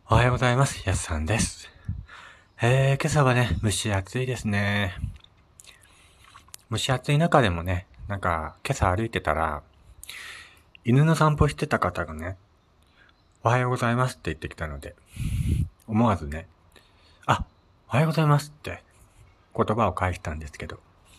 おはようございます。やすさんです。今朝はね、蒸し暑いですね。蒸し暑い中でもね、今朝歩いてたら、犬の散歩してた方がね、おはようございますって言ってきたので、思わずね、あ、おはようございますって言葉を返したんですけど、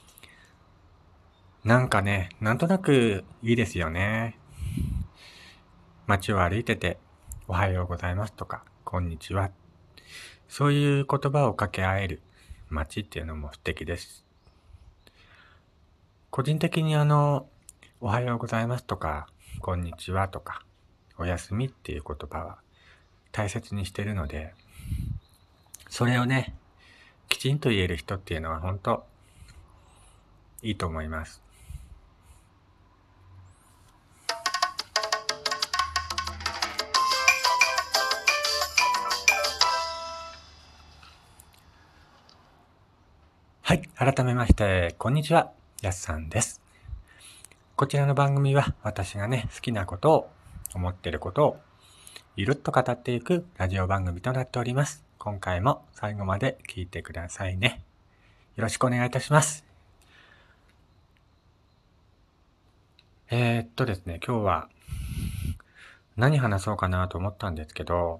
なんとなくいいですよね。街を歩いてて、おはようございますとか、こんにちは。そういう言葉を掛け合える街っていうのも素敵です。個人的におはようございますとか、こんにちはとか、おやすみっていう言葉は大切にしてるので、それをね、きちんと言える人っていうのは本当いいと思います。はい、改めまして、こんにちは、やすさんです。こちらの番組は私がね、好きなことを、思っていることを、ゆるっと語っていくラジオ番組となっております。今回も最後まで聞いてくださいね。よろしくお願いいたします。ですね、今日は何話そうかなと思ったんですけど、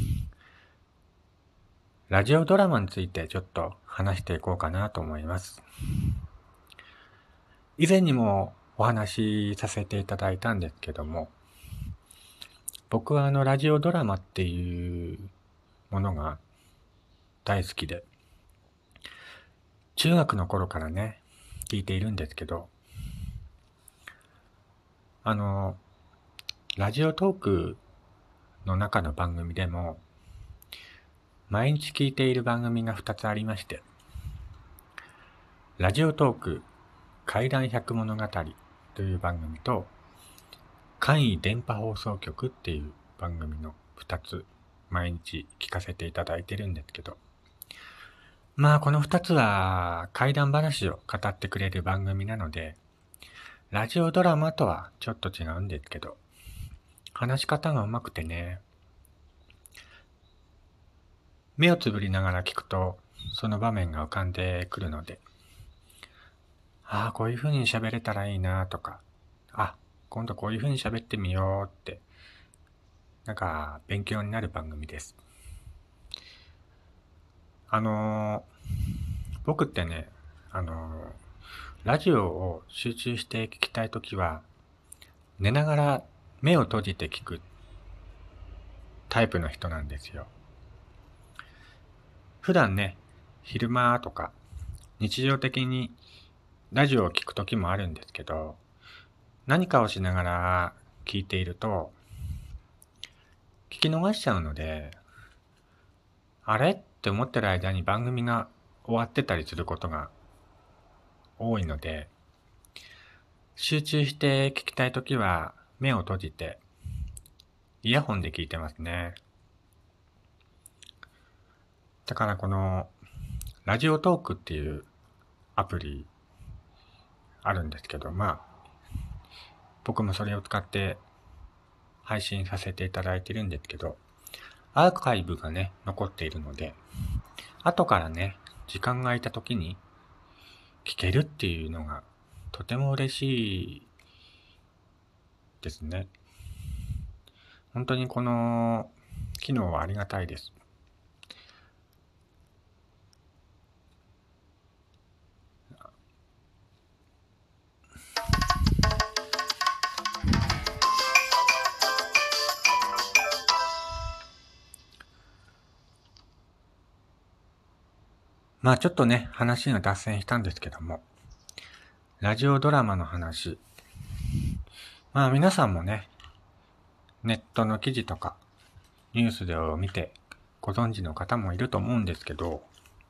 ラジオドラマについてちょっと話していこうかなと思います。以前にもお話しさせていただいたんですけども、僕はラジオドラマっていうものが大好きで、中学の頃からね、聞いているんですけど、あの、ラジオトークの中の番組でも、毎日聞いている番組が2つありまして、ラジオトーク怪談百物語という番組と、簡易電波放送局っていう番組の2つ、毎日聞かせていただいてるんですけど、この2つは怪談話を語ってくれる番組なので、ラジオドラマとはちょっと違うんですけど、話し方がうまくてね、目をつぶりながら聞くと、その場面が浮かんでくるので、こういう風に喋れたらいいなとか、今度こういう風に喋ってみようって、勉強になる番組です。僕ってね、ラジオを集中して聞きたいときは、寝ながら目を閉じて聞くタイプの人なんですよ。普段ね、昼間とか日常的にラジオを聞くときもあるんですけど、何かをしながら聞いていると、聞き逃しちゃうので、あれって思ってる間に番組が終わってたりすることが多いので、集中して聞きたいときは目を閉じてイヤホンで聞いてますね。だからこのラジオトークっていうアプリあるんですけど、僕もそれを使って配信させていただいてるんですけど、アーカイブがね、残っているので、後からね、時間が空いた時に聞けるっていうのがとても嬉しいですね。本当にこの機能はありがたいです。ちょっとね、話が脱線したんですけども、ラジオドラマの話。皆さんもね、ネットの記事とかニュースでを見てご存知の方もいると思うんですけど、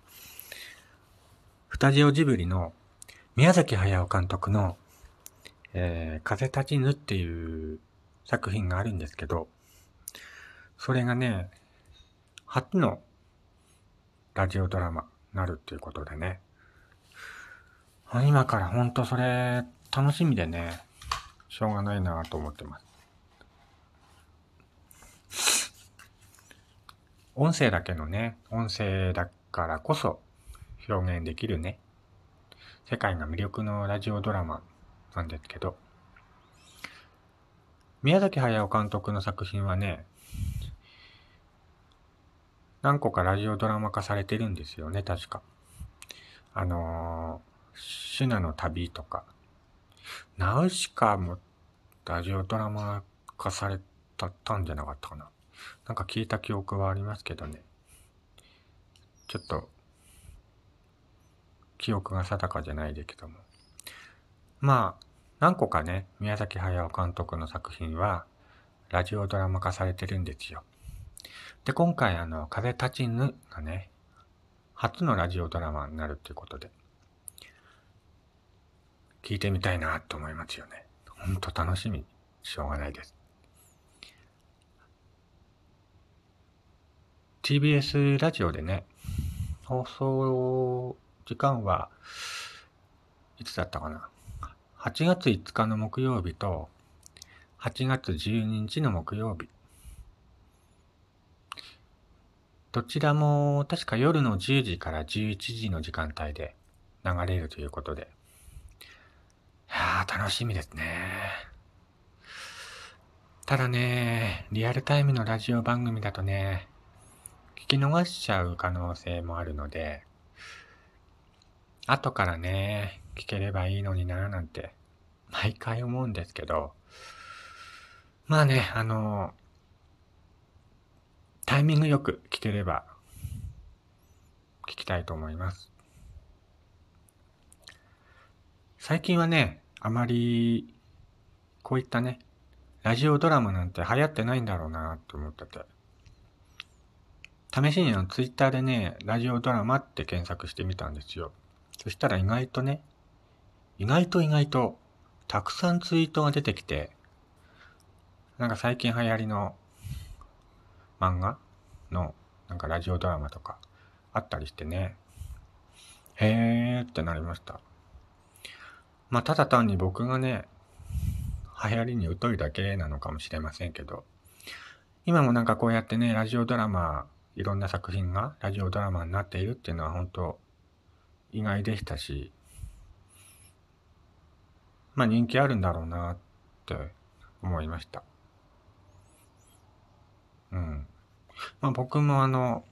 スタジオジブリの宮崎駿監督の、風立ちぬっていう作品があるんですけど、それがね、初のラジオドラマになるっていうことでね、今からほんとそれ楽しみでね、しょうがないなと思ってます。 音声だけのね、音声だからこそ表現できるね、世界が魅力のラジオドラマなんですけど、宮崎駿監督の作品はね、何個かラジオドラマ化されてるんですよね、確か。シュナの旅とか、ナウシカもラジオドラマ化されたんじゃなかったかな。なんか聞いた記憶はありますけどね。ちょっと、記憶が定かじゃないですけども。まあ、何個かね、宮崎駿監督の作品は、ラジオドラマ化されてるんですよ。で、今回風立ちぬがね、初のラジオドラマになるということで、聞いてみたいなと思いますよね。ほんと楽しみ、しょうがないです。TBS ラジオでね、放送時間はいつだったかな。8月5日の木曜日と8月12日の木曜日。どちらも確か夜の10時から11時の時間帯で流れるということで。いやー、楽しみですね。ただね、リアルタイムのラジオ番組だとね、聞き逃しちゃう可能性もあるので、後からね、聞ければいいのになーなんて、毎回思うんですけど、まあね、タイミングよく聞ければ聞きたいと思います。最近はね、あまりこういったね、ラジオドラマなんて流行ってないんだろうなって思ってて。試しにツイッターでね、ラジオドラマって検索してみたんですよ。そしたら意外と、たくさんツイートが出てきて、なんか最近流行りの漫画のなんかラジオドラマとかあったりしてね、へーってなりました。まあただ単に僕がね、流行りに疎いだけなのかもしれませんけど、今もなんかこうやってね、ラジオドラマ、いろんな作品がラジオドラマになっているっていうのは本当意外でしたし、まあ人気あるんだろうなって思いました。うん。まあ僕も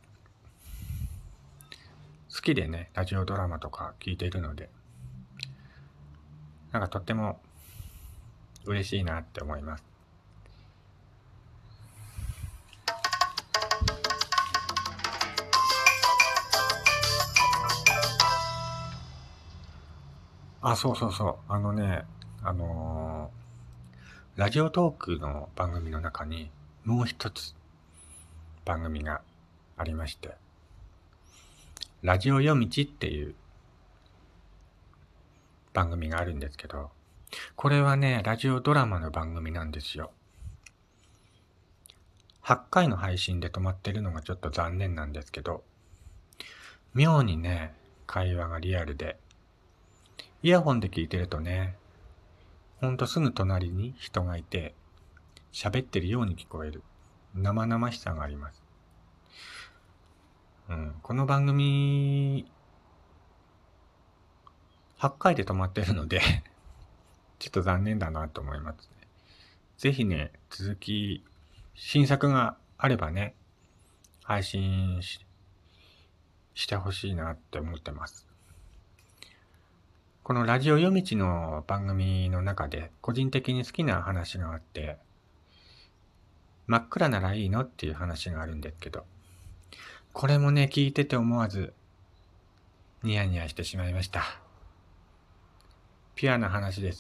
好きでね、ラジオドラマとか聞いているので、なんかとっても嬉しいなって思います。あ、そうそうそう。あのラジオトークの番組の中にもう一つ番組がありまして、ラジオ夜道っていう番組があるんですけど、これはね、ラジオドラマの番組なんですよ。8回の配信で止まってるのがちょっと残念なんですけど、妙にね、会話がリアルで、イヤホンで聞いてるとね、ほんとすぐ隣に人がいて、喋ってるように聞こえる。生々しさがあります。この番組、8回で止まってるのでちょっと残念だなと思いますね。ぜひね、新作があればね、配信してほしいなって思ってます。このラジオ夜道の番組の中で個人的に好きな話があって、真っ暗ならいいのっていう話があるんですけど、これもね、聞いてて思わずニヤニヤしてしまいました。ピュアな話です。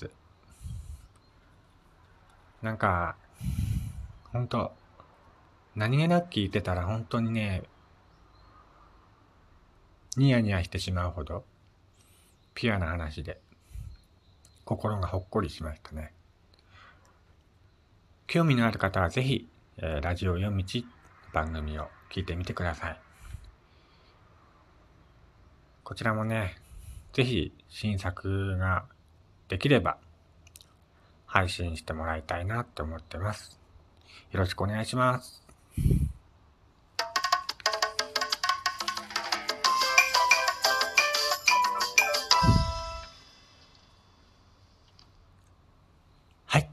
なんか、ほんと、何気なく聞いてたら本当にね、ニヤニヤしてしまうほど、ピュアな話で、心がほっこりしましたね。興味のある方はぜひ、ラジオ夜道番組を聞いてみてください。こちらもね、ぜひ新作ができれば配信してもらいたいなって思ってます。よろしくお願いします。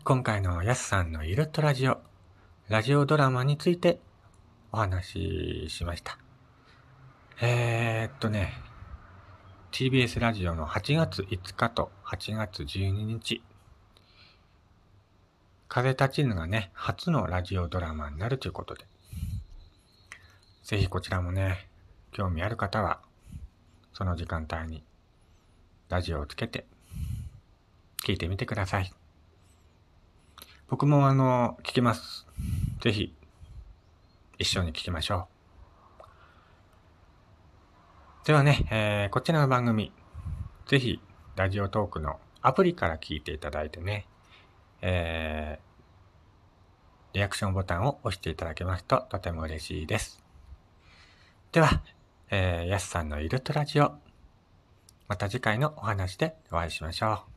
今回のやすさんのゆるっとラジオドラマについてお話ししました。TBS ラジオの8月5日と8月12日、風立ちぬがね、初のラジオドラマになるということで、ぜひこちらもね、興味ある方は、その時間帯にラジオをつけて聞いてみてください。僕も聞きます。ぜひ一緒に聞きましょう。ではね、こちらの番組、ぜひラジオトークのアプリから聞いていただいてね、リアクションボタンを押していただけますととても嬉しいです。では、やすさんのゆるっとラジオ、また次回のお話でお会いしましょう。